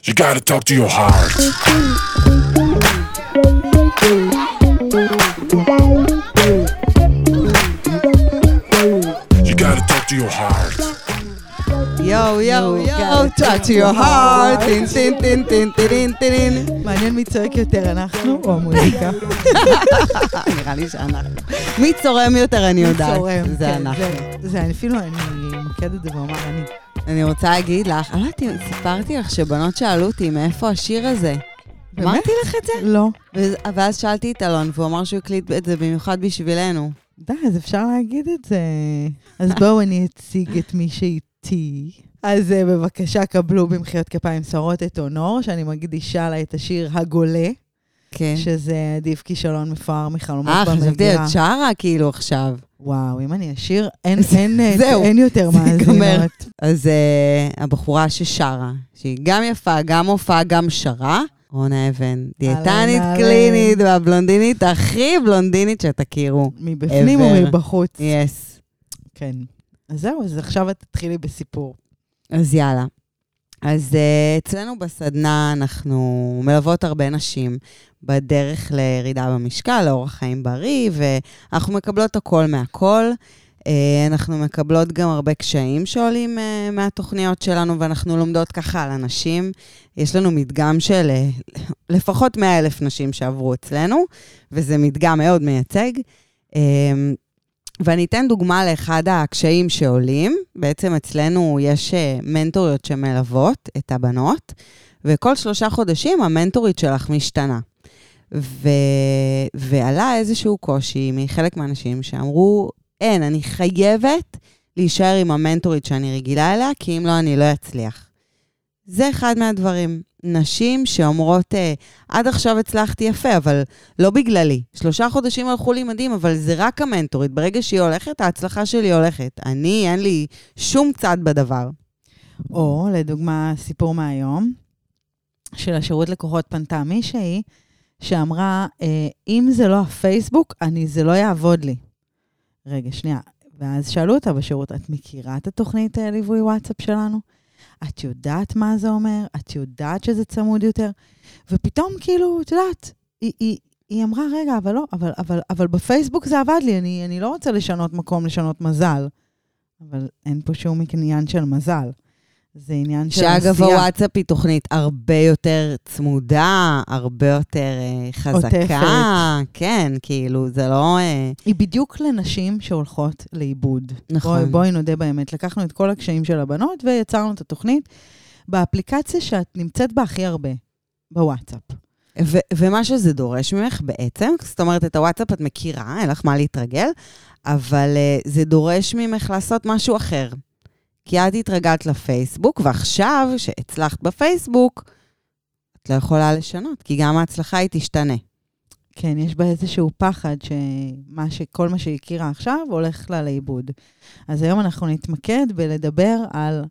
You gotta talk to your heart. You gotta talk to your heart. יו, יו, יו, talk to your heart. טין, טין, טין, טין, טין, טין. מעניין מי צועק יותר, אנחנו או המוזיקה? נראה לי שאנחנו. מי צורם יותר, אני יודעת. זה אנחנו. זה אפילו, אני מקד את זה ואומר, אני רוצה להגיד לך, סיפרתי לך שבנות שאלו אותי מאיפה השיר הזה. אמרתי לך את זה? לא. ואז שאלתי את אלון, והוא אמר שהוא הקליט את זה במיוחד בשבילנו. די, אז אפשר להגיד את זה. אז בואו אני אציג את מי שאיתי. אז בבקשה קבלו במחיאות כפיים סורות את אונור, שאני מקדישה לה את השיר הגולה. כן. שזה עדיף כישלון מפואר מחלומות במגירה. חשבתי את שרה כאילו עכשיו. וואו, אם אני אשיר, אין יותר מאזינות. אז הבחורה ששרה, שהיא גם יפה, גם הופעה, גם שרה, רונה אבן, דיאטנית קלינית, והבלונדינית הכי בלונדינית שתכירו. מבפנים ומבחוץ. יס. כן. אז זהו, אז עכשיו את תתחילי בסיפור. אז יאללה. אז אצלנו בסדנה אנחנו מלוות הרבה נשים בדרך לירידה במשקל, לאורח חיים בריא, ואנחנו מקבלות הכל מהכל. אנחנו מקבלות גם הרבה קשיים שעולים מהתוכניות שלנו, ואנחנו לומדות ככה על אנשים. יש לנו מדגם של לפחות 100,000 נשים שעברו אצלנו, וזה מדגם מאוד מייצג. ואני אתן דוגמה לאחד הקשיים שעולים. בעצם אצלנו יש מנטוריות שמלוות את הבנות, וכל 3 חודשים המנטורית שלך משתנה. ועלה איזשהו קושי מחלק מהאנשים שאמרו, אני חייבת להישאר עם המנטורית שאני רגילה אליה, כי אם לא, אני לא אצליח. זה אחד מהדברים. נשים שאומרות, עד עכשיו הצלחתי יפה, אבל לא בגללי. 3 חודשים הלכו לי מדהים, אבל זה רק המנטורית. ברגע שהיא הולכת, ההצלחה שלי הולכת. אין לי שום צד בדבר. או, לדוגמה, סיפור מהיום, של השירות לקוחות פנתה מישהי, שאמרה, אם זה לא הפייסבוק, זה לא יעבוד לי. רגע, שנייה. ואז שאלו אותה בשירות, את מכירה את התוכנית ליווי וואטסאפ שלנו? את יודעת מה זה אומר? את יודעת שזה צמוד יותר? ופתאום כאילו, את יודעת, היא אמרה, רגע, אבל לא, אבל בפייסבוק זה עבד לי, אני לא רוצה לשנות מקום, לשנות מזל. אבל אין פה שום עניין של מזל. זה עניין של עשייה. שאגב, הוואטסאפ היא תוכנית הרבה יותר צמודה, הרבה יותר חזקה. עוטפת. כן, כאילו, זה לא... היא בדיוק לנשים שהולכות לאיבוד. נכון. בואי נודה באמת. לקחנו את כל הקשיים של הבנות ויצרנו את התוכנית באפליקציה שאת נמצאת בה הכי הרבה, בוואטסאפ. ומה שזה דורש ממך בעצם, זאת אומרת, את הוואטסאפ את מכירה, אין לך מה להתרגל, אבל זה דורש ממך לעשות משהו אחר. כי את התרגלת לפייסבוק, ועכשיו שהצלחת בפייסבוק, את לא יכולה לשנות, כי גם ההצלחה היא תשתנה. כן, יש בה איזשהו פחד שכל מה שהיא הכירה עכשיו הולך לה לאיבוד. אז היום אנחנו נתמקד בלדבר על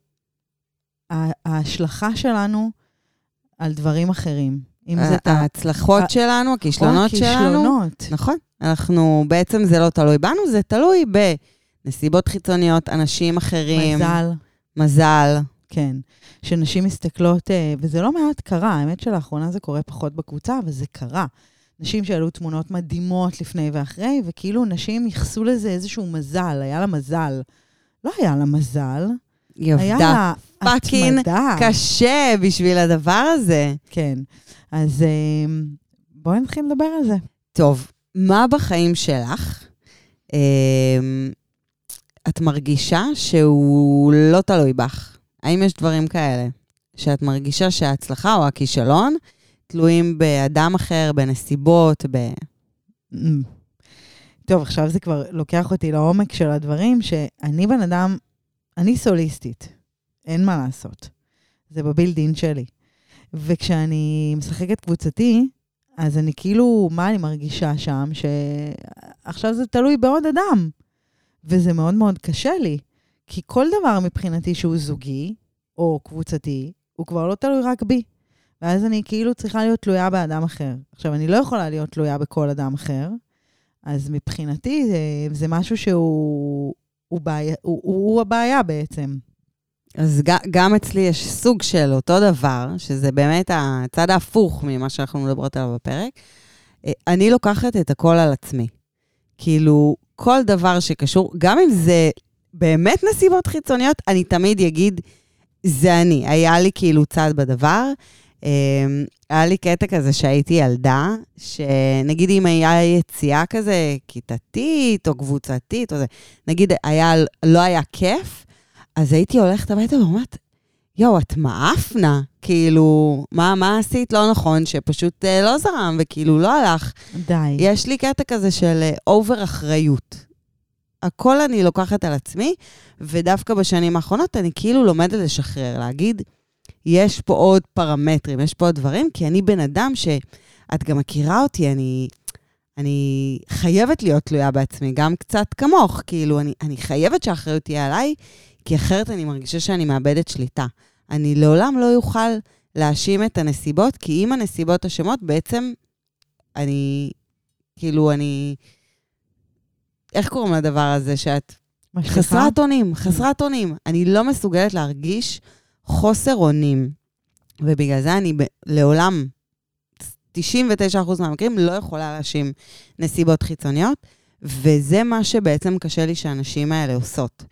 ההשלכה שלנו על דברים אחרים. ההצלחות שלנו, הכישלונות שלנו. נכון. בעצם זה לא תלוי בנו, זה תלוי נסיבות חיצוניות, אנשים אחרים. מזל. כן. שנשים מסתכלות, וזה לא מעט קרה, האמת שלאחרונה זה קורה פחות בקבוצה, אבל זה קרה. נשים שעלו תמונות מדהימות לפני ואחרי, וכאילו נשים יחסו לזה איזשהו מזל, היה לה מזל. לא היה לה מזל. היה לה פאקינג קשה בשביל הדבר הזה. כן. אז בואי נתחיל לדבר על זה. טוב, מה בחיים שלך? את מרגישה שהוא לא תלוי בך. האם יש דברים כאלה? שאת מרגישה שההצלחה או הכישלון תלויים באדם אחר, בנסיבות, טוב, עכשיו זה כבר לוקח אותי לעומק של הדברים, שאני בן אדם, אני סוליסטית. אין מה לעשות. זה בבילדין שלי. וכשאני משחקת קבוצתי, אז אני כאילו, מה אני מרגישה שם? שעכשיו זה תלוי בעוד אדם. וזה מאוד מאוד קשה לי, כי כל דבר מבחינתי שהוא זוגי, או קבוצתי, הוא כבר לא תלוי רק בי. ואז אני כאילו צריכה להיות תלויה באדם אחר. עכשיו, אני לא יכולה להיות תלויה בכל אדם אחר, אז מבחינתי זה משהו שהוא הבעיה בעצם. אז גם אצלי יש סוג של אותו דבר, שזה באמת הצד ההפוך ממה שאנחנו מדברות עליו בפרק. אני לוקחת את הכל על עצמי. כאילו, כל דבר שקשור, גם אם זה באמת נסיבות חיצוניות, אני תמיד אגיד, זה אני. היה לי כאילו צד בדבר, היה לי קטע כזה שהייתי ילדה, שנגיד אם היה יציאה כזה כיתתית או קבוצתית, או זה, נגיד לא היה כיף, אז הייתי הולכת הביתה ואומרת, יו, את מאפנה, כאילו, מה עשית לא נכון, שפשוט לא זרם וכאילו לא הלך. די. יש לי קטע כזה של אובר אחריות. הכל אני לוקחת על עצמי, ודווקא בשנים האחרונות אני כאילו לומדת לשחרר, להגיד, יש פה עוד פרמטרים, יש פה עוד דברים, כי אני בן אדם שאת גם מכירה אותי, אני חייבת להיות תלויה בעצמי, גם קצת כמוך, כאילו, אני חייבת שהאחריות תהיה עליי, כי אחרת אני מרגישה שאני מאבדת שליטה. אני לעולם לא יוכל להאשים את הנסיבות, כי אם הנסיבות אשמות, בעצם אני, איך קוראים לדבר הזה שאת? חסרת אונים. אני לא מסוגלת להרגיש חוסר אונים. ובגלל זה אני לעולם, 99% מהמקרים, לא יכולה להאשים נסיבות חיצוניות, וזה מה שבעצם קשה לי שהאנשים האלה עושות.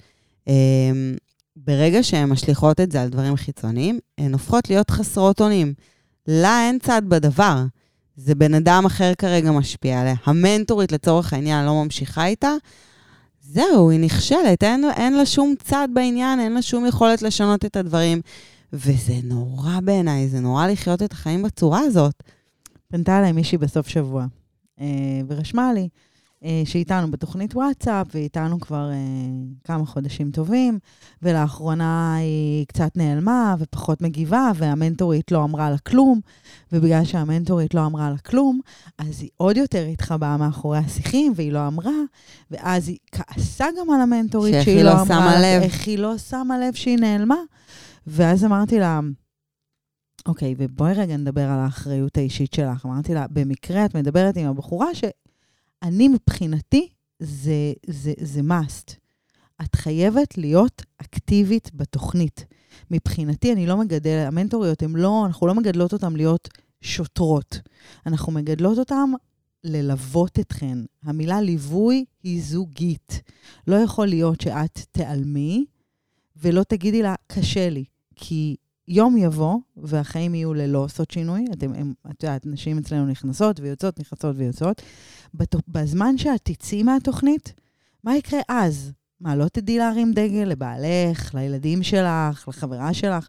ברגע שהן משליחות את זה על דברים חיצוניים, הן הופכות להיות חסרות אונים. לה אין צד בדבר. זה בן אדם אחר כרגע משפיע עליה. המנטורית לצורך העניין לא ממשיכה איתה, זהו, היא נכשלת. אין לה שום צד בעניין, אין לה שום יכולת לשנות את הדברים. וזה נורא בעיניי, זה נורא לחיות את החיים בצורה הזאת. פנתה אליי מישהי בסוף שבוע, ורשמה לי שאיתנו בתוכנית וואטסאפ, ואיתנו כבר כמה חודשים טובים, ולאחרונה היא קצת נעלמה ופחות מגיבה, והמנטורית לא אמרה לה כלום, ובגלל שהמנטורית לא אמרה לה כלום, אז היא עוד יותר התחבאה מאחורי השיחים, והיא לא אמרה, ואז היא כעסה גם על המנטורית שהיא לא אמרה לה, איך היא לא שמה לב שהיא נעלמה, ואז אמרתי לה, אוקיי, ובואי רגע נדבר על האחריות האישית שלך. אמרתי לה, במקרה את מדברת עם הבחורה שאני מבחינתי, זה must. את חייבת להיות אקטיבית בתוכנית. מבחינתי, אני לא מגדל, המנטוריות, אנחנו לא מגדלות אותם להיות שוטרות. אנחנו מגדלות אותם ללוות אתכן. המילה ליווי היא זוגית. לא יכול להיות שאת תעלמי, ולא תגידי לה, קשה לי. כי יום יבוא, והחיים יהיו ללא עושות שינוי, את יודעת, נשים אצלנו נכנסות ויוצאות, נכנסות ויוצאות, בזמן שאת תצאי מהתוכנית, מה יקרה אז? מה, לא תדעי להרים דגל לבעלך, לילדים שלך, לחברה שלך?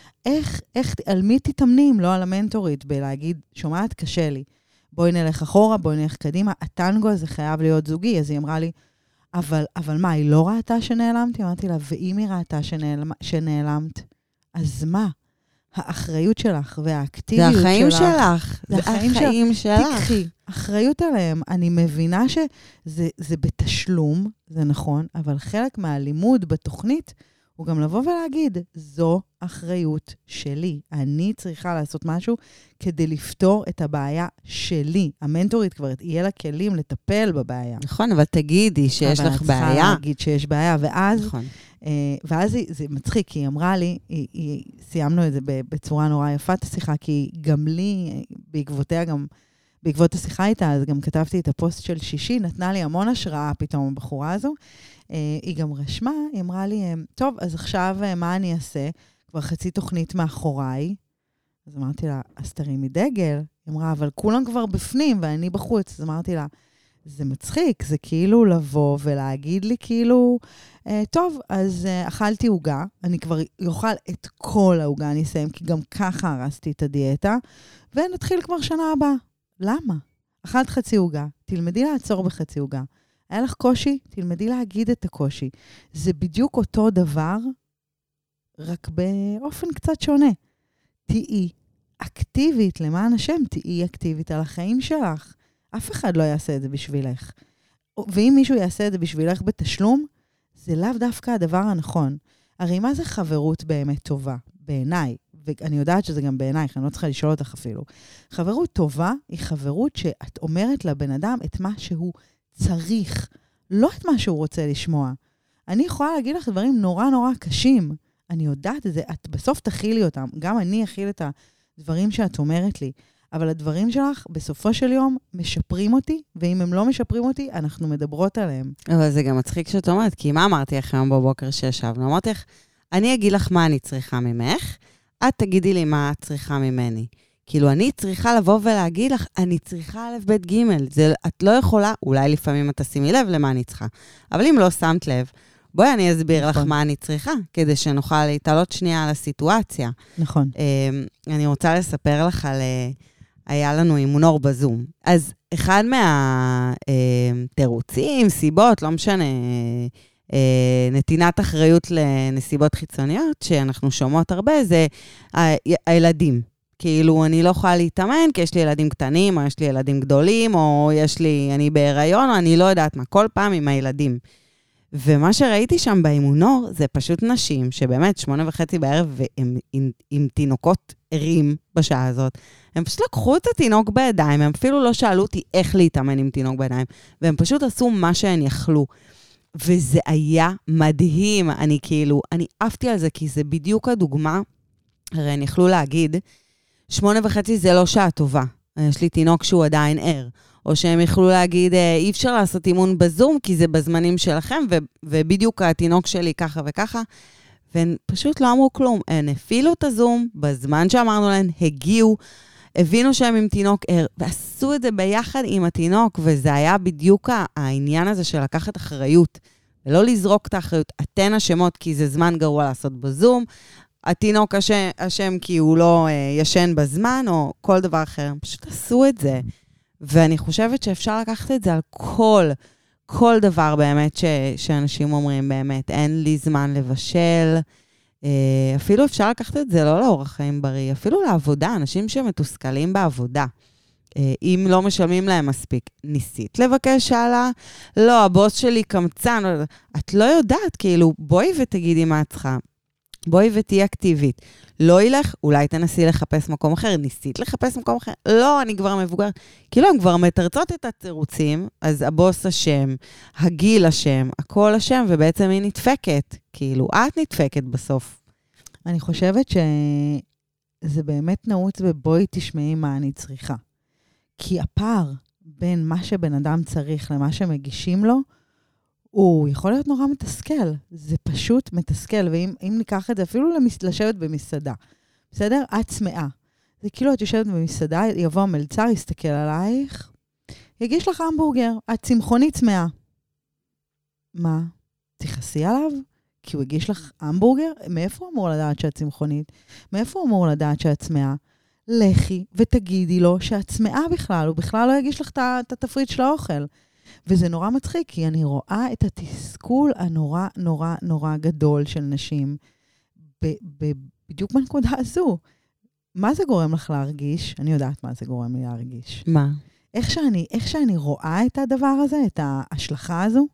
על מי תתאמנים, לא על המנטורית, בלהגיד, שומעת, קשה לי. בואי נלך אחורה, בואי נלך קדימה, הטנגו הזה חייב להיות זוגי. אז היא אמרה לי, אבל מה, היא לא ראתה שנעלמתי? אמרתי לה, ואם היא ראתה שנעלמת, אז מה? האחריות שלך והאקטיביות שלך. זה החיים שלך. זה החיים שלך. תקחי, אחריות עליהם. אני מבינה שזה בתשלום, זה נכון, אבל חלק מהלימוד בתוכנית הוא גם לבוא ולהגיד, זו אחריות שלי. אני צריכה לעשות משהו כדי לפתור את הבעיה שלי. המנטורית כבר יהיה לה כלים לטפל בבעיה. נכון, אבל תגידי שיש לך בעיה. אבל את צריכה להגיד שיש בעיה, ואז... נכון. ואז זה מצחיק, כי היא אמרה לי, סיימנו את זה בצורה נורא יפה, את השיחה, כי גם לי, בעקבות השיחה איתה, אז גם כתבתי את הפוסט של שישי, נתנה לי המון השראה פתאום הבחורה הזו. היא גם רשמה, היא אמרה לי, טוב, אז עכשיו מה אני אעשה? כבר חצי תוכנית מאחוריי. אז אמרתי לה, אז תרימי דגל. היא אמרה, אבל כולם כבר בפנים ואני בחוץ. אז אמרתי לה, זה מצחיק, זה כאילו לבוא ולהגיד לי כאילו, טוב, אז אכלתי עוגה, אני כבר יאכל את כל העוגה, אני אסיים, כי גם ככה הרסתי את הדיאטה, ונתחיל כבר שנה הבאה. למה? אכלת חצי עוגה, תלמדי לעצור בחצי עוגה. היה לך קושי? תלמדי להגיד את הקושי. זה בדיוק אותו דבר, רק באופן קצת שונה. תהיי אקטיבית, למען השם, תהיי אקטיבית על החיים שלך. אף אחד לא יעשה את זה בשבילך. ואם מישהו יעשה את זה בשבילך בתשלום, זה לאו דווקא הדבר הנכון. הרי מה זה חברות באמת טובה? בעיניי, ואני יודעת שזה גם בעינייך, אני לא צריכה לשאול אותך אפילו. חברות טובה היא חברות שאת אומרת לבן אדם את מה שהוא צריך, לא את מה שהוא רוצה לשמוע. אני יכולה להגיד לך דברים נורא נורא קשים, אני יודעת את זה, את בסוף תכילי אותם. גם אני אכיל את הדברים שאת אומרת לי. אבל הדברים שלך, בסופו של יום, משפרים אותי, ואם הם לא משפרים אותי, אנחנו מדברות עליהם. אבל זה גם מצחיק שאת אומרת, כי מה אמרתי לך היום בבוקר שישבנו? אמרתי לך, אני אגיד לך מה אני צריכה ממך, את תגידי לי מה את צריכה ממני. כאילו, אני צריכה לבוא ולהגיד לך, אני צריכה א' ב' ג', את לא יכולה, אולי לפעמים את תשימי לב למה אני צריכה, אבל אם לא שמת לב, בואי אני אסביר לך מה אני צריכה, כדי שנוכל להתעלות שנייה על הסיטואציה. נכון. אני רוצה לספר לך על... היה לנו אימונור בזום. אז אחד מהתירוצים, סיבות, לא משנה, נתינת אחריות לנסיבות חיצוניות, שאנחנו שומעות הרבה, זה הילדים. כאילו, אני לא יכולה להתאמן, כי יש לי ילדים קטנים, או יש לי ילדים גדולים, או אני בהיריון, או אני לא יודעת מה, כל פעם עם הילדים. ומה שראיתי שם באימונור, זה פשוט נשים, שבאמת 8:30 בערב, והם עם תינוקות ערים בשעה הזאת. הם פשוט לקחו את התינוק בידיים, הם אפילו לא שאלו אותי איך להתאמן עם תינוק בידיים, והם פשוט עשו מה שהן יכלו. וזה היה מדהים, אני עפתי על זה, כי זה בדיוק הדוגמה, הרי הם יכלו להגיד, 8:30 זה לא שעה טובה, יש לי תינוק שהוא עדיין ער. או שהם יכלו להגיד, אי אפשר לעשות אימון בזום, כי זה בזמנים שלכם, ובדיוק התינוק שלי ככה וככה, והם פשוט לא אמרו כלום. הם הפעילו את הזום, בזמן שאמרנו להם, הגיעו, הבינו שהם עם תינוק ער, ועשו את זה ביחד עם התינוק, וזה היה בדיוק העניין הזה של לקחת אחריות, ולא לזרוק את האחריות. אתן השמות, כי זה זמן גרוע לעשות בזום, התינוק השם כי הוא לא ישן בזמן, או כל דבר אחר. הם פשוט עשו את זה. ואני חושבת שאפשר לקחת את זה על כל דבר באמת שאנשים אומרים באמת, אין לי זמן לבשל, אפילו אפשר לקחת את זה לא לאורח חיים בריא, אפילו לעבודה, אנשים שמתוסכלים בעבודה, אם לא משלמים להם מספיק. ניסית לבקש הלאה? לא, הבוס שלי קמצן, את לא יודעת, כאילו, בואי ותגידי מה את צריכה. בואי ותהי אקטיבית. לא ילך, אולי תנסי לחפש מקום אחר. ניסית לחפש מקום אחר? לא, אני כבר מבוגר. כאילו, הם כבר מתרצות את התירוצים, אז הבוס אשם, הגיל אשם, הכל אשם, ובעצם היא נדפקת. כאילו, את נדפקת בסוף. אני חושבת שזה באמת נעוץ בבואי תשמעי מה אני צריכה. כי הפער בין מה שבן אדם צריך למה שמגישים לו, הוא יכול להיות נורא מתסכל. זה פשוט מתסכל, ואם ניקח את זה, אפילו לשבת במסעדה, בסדר? את צמאה. זה כאילו את יושבת במסעדה, יבוא המלצר, יסתכל עלייך, יגיש לך המבורגר, את צמחונית צמאה. מה? תכעסי עליו? כי הוא הגיש לך המבורגר? מאיפה הוא אמור לדעת שאת צמחונית? מאיפה הוא אמור לדעת שאת צמאה? לכי ותגידי לו שאת צמאה בכלל, הוא בכלל לא יגיש לך את התפריט של האוכל. וזה נורא מצחיק, כי אני רואה את התסכול הנורא נורא נורא גדול של נשים, בדיוק בנקודה הזו. מה זה גורם לך להרגיש? אני יודעת מה זה גורם לי להרגיש. מה? איך שאני רואה את הדבר הזה, את ההשלכה הזו,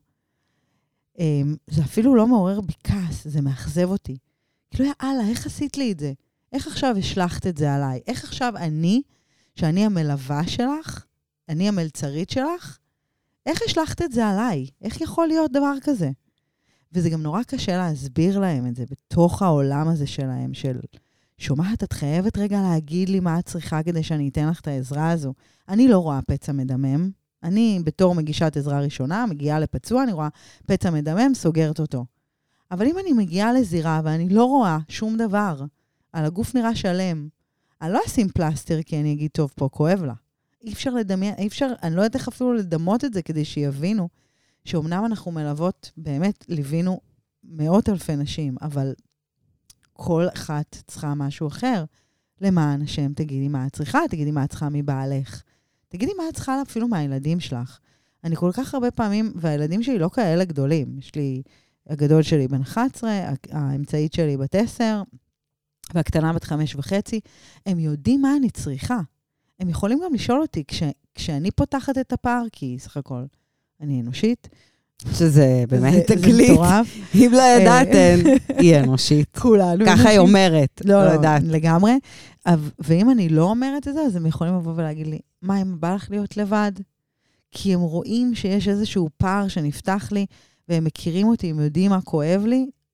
זה אפילו לא מעורר בי כעס, זה מאכזב אותי. כאילו, יאללה, איך עשית לי את זה? איך עכשיו השלחת את זה עליי? איך עכשיו שאני המלווה שלך, אני המלצרית שלך, איך השלחת את זה עליי? איך יכול להיות דבר כזה? וזה גם נורא קשה להסביר להם את זה, בתוך העולם הזה שלהם, של שומעת, את חייבת רגע להגיד לי מה את צריכה כדי שאני אתן לך את העזרה הזו. אני לא רואה פצע מדמם. אני בתור מגישת עזרה ראשונה, מגיעה לפצוע, אני רואה פצע מדמם, סוגרת אותו. אבל אם אני מגיעה לזירה ואני לא רואה שום דבר, על הגוף נראה שלם, אני לא אשים פלסטר כי אני אגיד, טוב, פה כואב לה. אי אפשר לדמיין, אני לא יודעת איך אפילו לדמות את זה כדי שיבינו, שאומנם אנחנו מלוות, באמת ליווינו מאות אלפי נשים, אבל כל אחת צריכה משהו אחר. למען השם, תגידי מה את צריכה, תגידי מה את צריכה מבעלך. תגידי מה את צריכה אפילו מהילדים שלך. אני כל כך הרבה פעמים, והילדים שלי לא כאלה גדולים. יש לי, הגדול שלי בן 11, האמצעית שלי בת 10, והקטנה בת 5.5. הם יודעים מה אני צריכה. הם יכולים גם לשאול אותי, כשאני פותחת את הפער, כי סך הכל אני אנושית. שזה באמת תגלית. זה מטורף. אם לא ידעתן, היא אנושית. כולנו. ככה היא אומרת, לא יודעת. לגמרי. ואם אני לא אומרת את זה, אז הם יכולים לבוא ולהגיד לי, מה, אם בא לך להיות לבד? כי הם רואים שיש איזשהו פער שנפתח לי, והם מכירים אותי, הם יודעים מה כואב לי,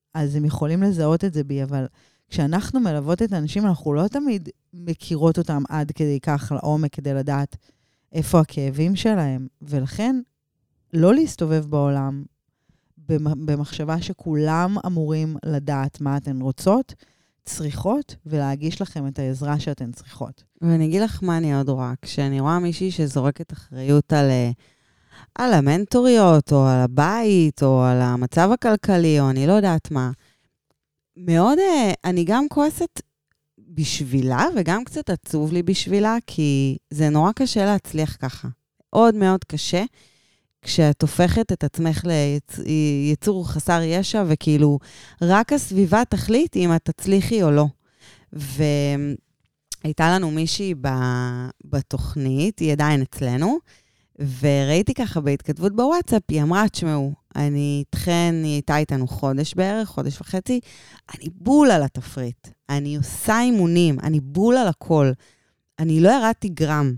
אז הם יכולים לזהות את זה בי, אבל כשאנחנו מלוות את האנשים, אנחנו לא תמיד מכירות אותם עד כדי כך לעומק, כדי לדעת איפה הכאבים שלהם, ולכן לא להסתובב בעולם במחשבה שכולם אמורים לדעת מה אתן רוצות, צריכות, ולהגיש לכם את העזרה שאתן צריכות. ואני אגיד לך מה אני עוד רואה. כשאני רואה מישהי שזורקת אחריות על המנטוריות, או על הבית, או על המצב הכלכלי, או אני לא יודעת מה, מאוד, אני גם כועסת בשבילה, וגם קצת עצוב לי בשבילה, כי זה נורא קשה להצליח ככה. מאוד מאוד קשה, כשאת הופכת את עצמך ליצור חסר ישע, וכאילו רק הסביבה תחליט אם את תצליחי או לא. והייתה לנו מישהי בתוכנית, היא עדיין אצלנו, וראיתי ככה בהתכתבות בוואטסאפ, היא אמרה, תשמעו, אני איתכן, היא הייתה איתנו חודש בערך, חודש וחצי, אני בול על התפריט, אני עושה אימונים, אני בול על הכל, אני לא ירדתי גרם.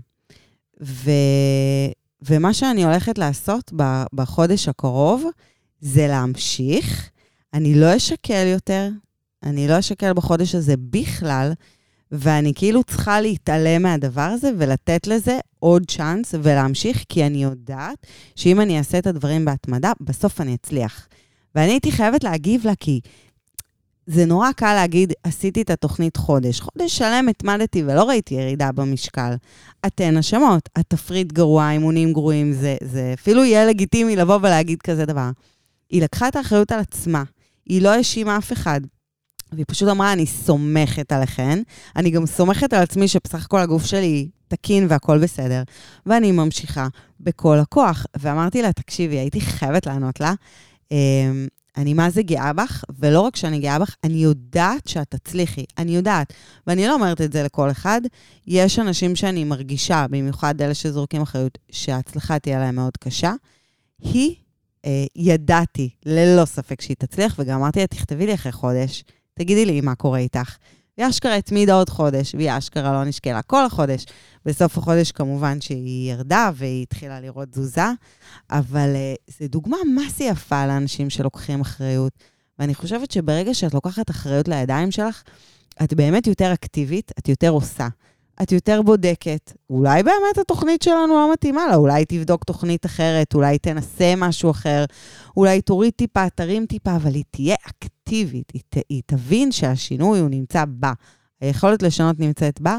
ומה שאני הולכת לעשות בחודש הקרוב, זה להמשיך, אני לא אשקל יותר, אני לא אשקל בחודש הזה בכלל, ואני כאילו צריכה להתעלם מהדבר הזה, ולתת לזה עוד צ'אנס, ולהמשיך, כי אני יודעת שאם אני אעשה את הדברים בהתמדה, בסוף אני אצליח. ואני הייתי חייבת להגיב לה, כי זה נורא קל להגיד, עשיתי את התוכנית חודש. חודש שלם התמדתי ולא ראיתי ירידה במשקל. אתן אשמות, התפריט גרוע, אימונים גרועים, זה אפילו יהיה לגיטימי לבוא ולהגיד כזה דבר. היא לקחה את האחריות על עצמה, היא לא האשימה אף אחד. והיא פשוט אמרה, אני סומכת עליכן, אני גם סומכת על עצמי שבסך הכל הגוף שלי תקין והכל בסדר, ואני ממשיכה בכל הכוח. ואמרתי לה, תקשיבי, הייתי חייבת לענות לה, אני מה זה גאה בך, ולא רק שאני גאה בך, אני יודעת שאת תצליחי, אני יודעת. ואני לא אומרת את זה לכל אחד, יש אנשים שאני מרגישה, במיוחד אלה שזורקים אחריות, שההצלחה תהיה להם מאוד קשה. היא, ידעתי, ללא ספק שהיא תצליח, וגם אמרתי לה, תכתבי לי אחרי חודש, תגידי לי מה קורה איתך. והיא אשכרה התמידה עוד חודש, והיא אשכרה לא נשקלה כל החודש. בסוף החודש כמובן שהיא ירדה, והיא התחילה לראות תזוזה, אבל זו דוגמה מסי יפה לאנשים שלוקחים אחריות. ואני חושבת שברגע שאת לוקחת אחריות לידיים שלך, את באמת יותר אקטיבית, את יותר עושה. את יותר בודקת. אולי באמת התוכנית שלנו לא מתאימה לה, אולי תבדוק תוכנית אחרת, אולי תנסה משהו אחר, אולי תוריד טיפה, תרים טיפה, אבל היא תהיה אקטיבית, היא תבין שהשינוי הוא נמצא בה. היכולת לשנות נמצאת בה,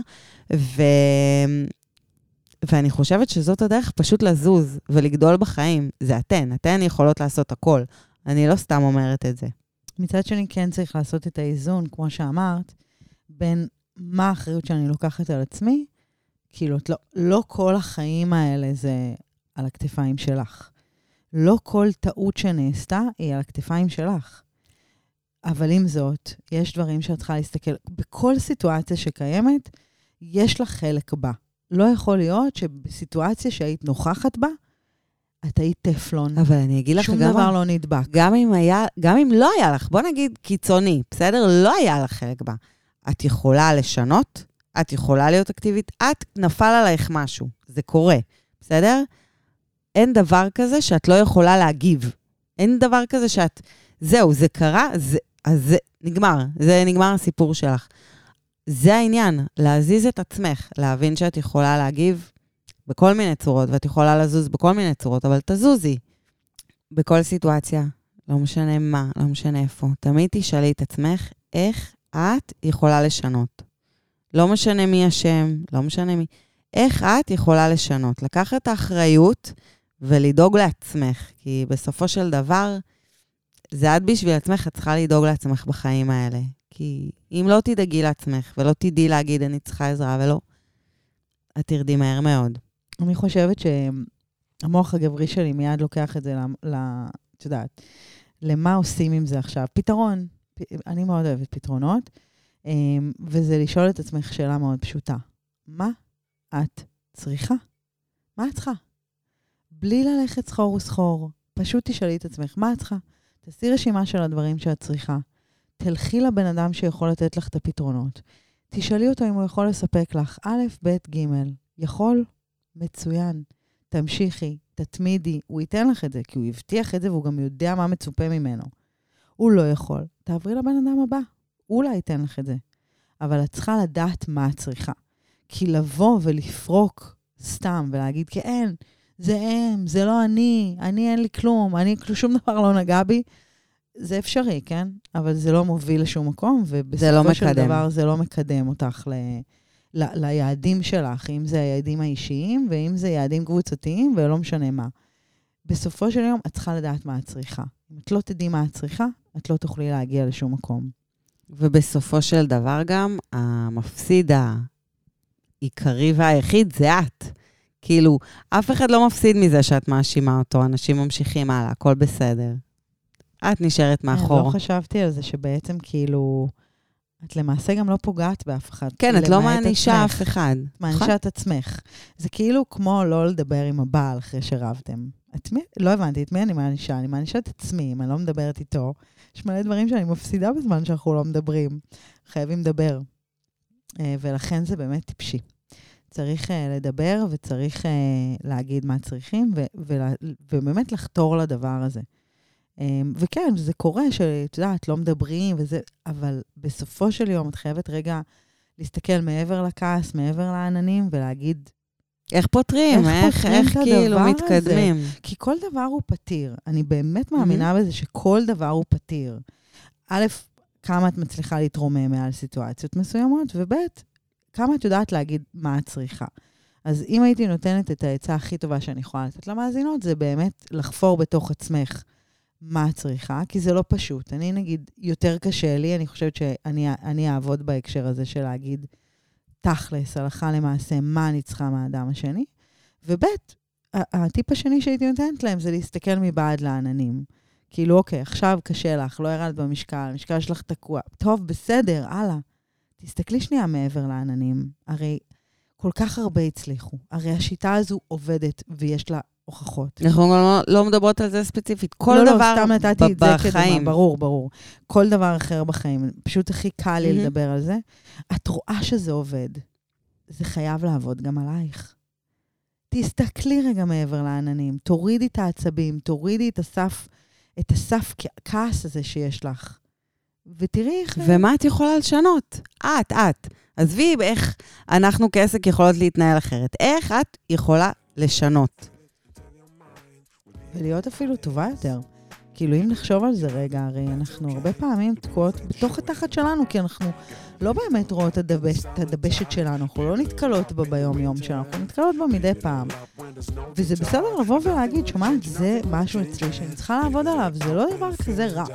ואני חושבת שזאת הדרך פשוט לזוז ולגדול בחיים. זה אתן יכולות לעשות הכל. אני לא סתם אומרת את זה. מצד שני כן צריך לעשות את האיזון, כמו שאמרת, בין מה האחריות שאני לוקחת על עצמי, כאילו, לא כל החיים האלה זה על הכתפיים שלך. לא כל טעות שנעשתה היא על הכתפיים שלך. אבל עם זאת, יש דברים שאת צריכה להסתכל, בכל סיטואציה שקיימת, יש לך חלק בה. לא יכול להיות שבסיטואציה שהיית נוכחת בה, את היית טפלון. אבל אני אגיד לך, שום דבר לא נדבק. גם אם לא היה לך, בוא נגיד קיצוני, בסדר? לא היה לך חלק בה. את יכולה לשנות, את יכולה להיות אקטיבית, את נפל עלייך משהו, זה קורה, בסדר? אין דבר כזה שאת לא יכולה להגיב. אין דבר כזה שאת, זהו, זה קרה, אז זה נגמר, זה נגמר הסיפור שלך. זה העניין, להזיז את עצמך, להבין שאת יכולה להגיב בכל מיני צורות, ואת יכולה לזוז בכל מיני צורות, אבל תזוזי בכל סיטואציה, לא משנה מה, לא משנה איפה. תמיד תשאלי את עצמך, איך את יכולה לשנות. לא משנה מי השם, לא משנה מי. איך את יכולה לשנות? לקחת את האחריות ולדאוג לעצמך. כי בסופו של דבר, זה את בשביל עצמך, את צריכה לדאוג לעצמך בחיים האלה. כי אם לא תדאגי לעצמך ולא תדעי להגיד אני צריכה עזרה ולא, את תרדי מהר מאוד. אני חושבת שהמוח הגברי שלי מיד לוקח את זה את יודעת, למה עושים עם זה עכשיו? פתרון. אני מאוד אוהבת פתרונות, וזה לשאול את עצמך שאלה מאוד פשוטה. מה את צריכה? מה את צריכה? בלי ללכת סחור וסחור, פשוט תשאלי את עצמך, מה את צריכה? תעשי רשימה של הדברים שאת צריכה. תלכי לבן אדם שיכול לתת לך את הפתרונות. תשאלי אותו אם הוא יכול לספק לך. א', ב', ג'. יכול? מצוין. תמשיכי, תתמידי. הוא ייתן לך את זה, כי הוא הבטיח את זה, והוא גם יודע מה מצופה ממנו. הוא לא יכול, תעברי לבן אדם הבא, הוא אולי ייתן לך את זה. אבל את צריכה לדעת מה את צריכה. כי לבוא ולפרוק סתם ולהגיד, כן, זה הם, זה לא אני אין לי כלום, שום דבר לא נגע בי, זה אפשרי, כן? אבל זה לא מוביל לשום מקום, ובסופו של דבר זה לא מקדם אותך ליעדים שלך, אם זה היעדים האישיים, ואם זה יעדים קבוצתיים, ולא משנה מה. בסופו של יום, את צריכה לדעת מה את צריכה. אם את לא תדעי מה את צריכה, את לא תוכלי להגיע לשום מקום. ובסופו של דבר גם, המפסיד העיקרי והיחיד זה את. כאילו, אף אחד לא מפסיד מזה שאת מאשימה אותו, אנשים ממשיכים הלאה, הכל בסדר. את נשארת מאחור. לא חשבתי על זה שבעצם כאילו, את למעשה גם לא פוגעת באף אחד. כן, את לא מענישה אף אחד. מענישה את עצמך. זה כאילו כמו לא לדבר עם הבעל אחרי שרבתם. לא הבנתי, את מי אני מענישה? אני מענישה את עצמי, אם אני לא מדברת איתו. יש מלא דברים שאני מפסידה בזמן שאנחנו לא מדברים. חייבים לדבר. ולכן זה באמת טיפשי. צריך לדבר וצריך להגיד מה צריכים, ובאמת לחתור לדבר הזה. וכן, זה קורה שאת יודעת, לא מדברים וזה, אבל בסופו של יום את חייבת רגע להסתכל מעבר לכעס, מעבר לעננים, ולהגיד, איך פותרים? איך כאילו מתקדמים? כי כל דבר הוא פתיר. אני באמת מאמינה בזה שכל דבר הוא פתיר. א', כמה את מצליחה להתרומם מעל סיטואציות מסוימות, וב', כמה את יודעת להגיד מה את צריכה. אז אם הייתי נותנת את העצה הכי טובה שאני יכולה לתת למאזינות, זה באמת לחפור בתוך עצמך מה את צריכה, כי זה לא פשוט. אני נגיד, יותר קשה לי, אני חושבת שאני אעבוד בהקשר הזה של להגיד, תכלס, הלכה למעשה, מה אני צריכה מהאדם השני. ובית, הטיפ השני שהייתי נותנת להם זה להסתכל מבעד לעננים. כאילו, אוקיי, עכשיו קשה לך, לא ירד במשקל, המשקל שלך תקוע. טוב, בסדר, הלאה. תסתכלי שנייה מעבר לעננים. הרי כל כך הרבה הצליחו. הרי השיטה הזו עובדת ויש לה הוכחות. אנחנו לא מדברות על זה ספציפית. כל דבר בחיים. לא, סתם נתתי את זה כדומה, ברור. כל דבר אחר בחיים. פשוט הכי קל לי לדבר על זה. את רואה שזה עובד. זה חייב לעבוד גם עלייך. תסתכלי רגע מעבר לעננים. תורידי את העצבים, תורידי את הסף כעס הזה שיש לך. ותראי איך... ומה את יכולה לשנות? את. עזבי איך אנחנו כעסק יכולות להתנהל אחרת. איך את יכולה לשנות? ולהיות אפילו טובה יותר. כאילו, אם נחשוב על זה רגע, הרי אנחנו הרבה פעמים תקועות בתוך התחת שלנו, כי אנחנו לא באמת רואות את הדבשת שלנו, אנחנו לא נתקלות בה ביום-יום שלנו, אנחנו נתקלות בה מדי פעם. וזה בסדר לבוא ולהגיד, שומעת, זה משהו אצלי שאני צריכה לעבוד עליו, זה לא דבר כזה רע.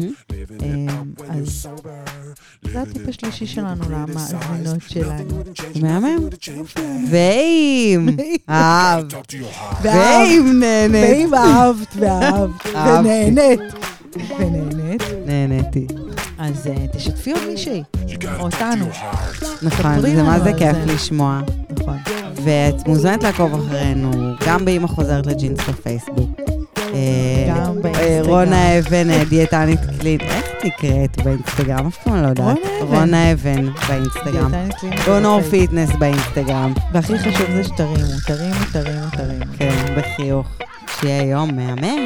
אז זה הטיפ השלישי שלנו למאזינות שלנו. מהמם. ואם אהבת, ואם נהנית. ואם אהבת ונהנית. נהניתי. אז תשתפי עוד מישהי, אותנו. נכון, זה מה זה כיף לשמוע. נכון. ואת מוזמנת לעקוב אחרינו, גם באמא חוזרת לג'ינס בפייסבוק. גם באינסטגרם. רונה אבן, דיאטנית קלינית. איך נקראת באינסטגרם? אף פעם לא יודעת. רונה אבן באינסטגרם. רונור פיטנס באינסטגרם. והכי חשוב זה שתרימו, תרימו. כן, בחיוך. שיהיה יום מהמם.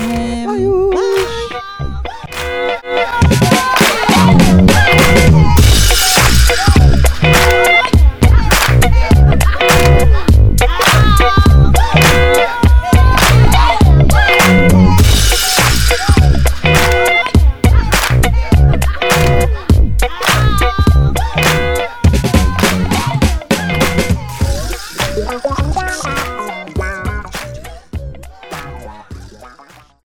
Bye.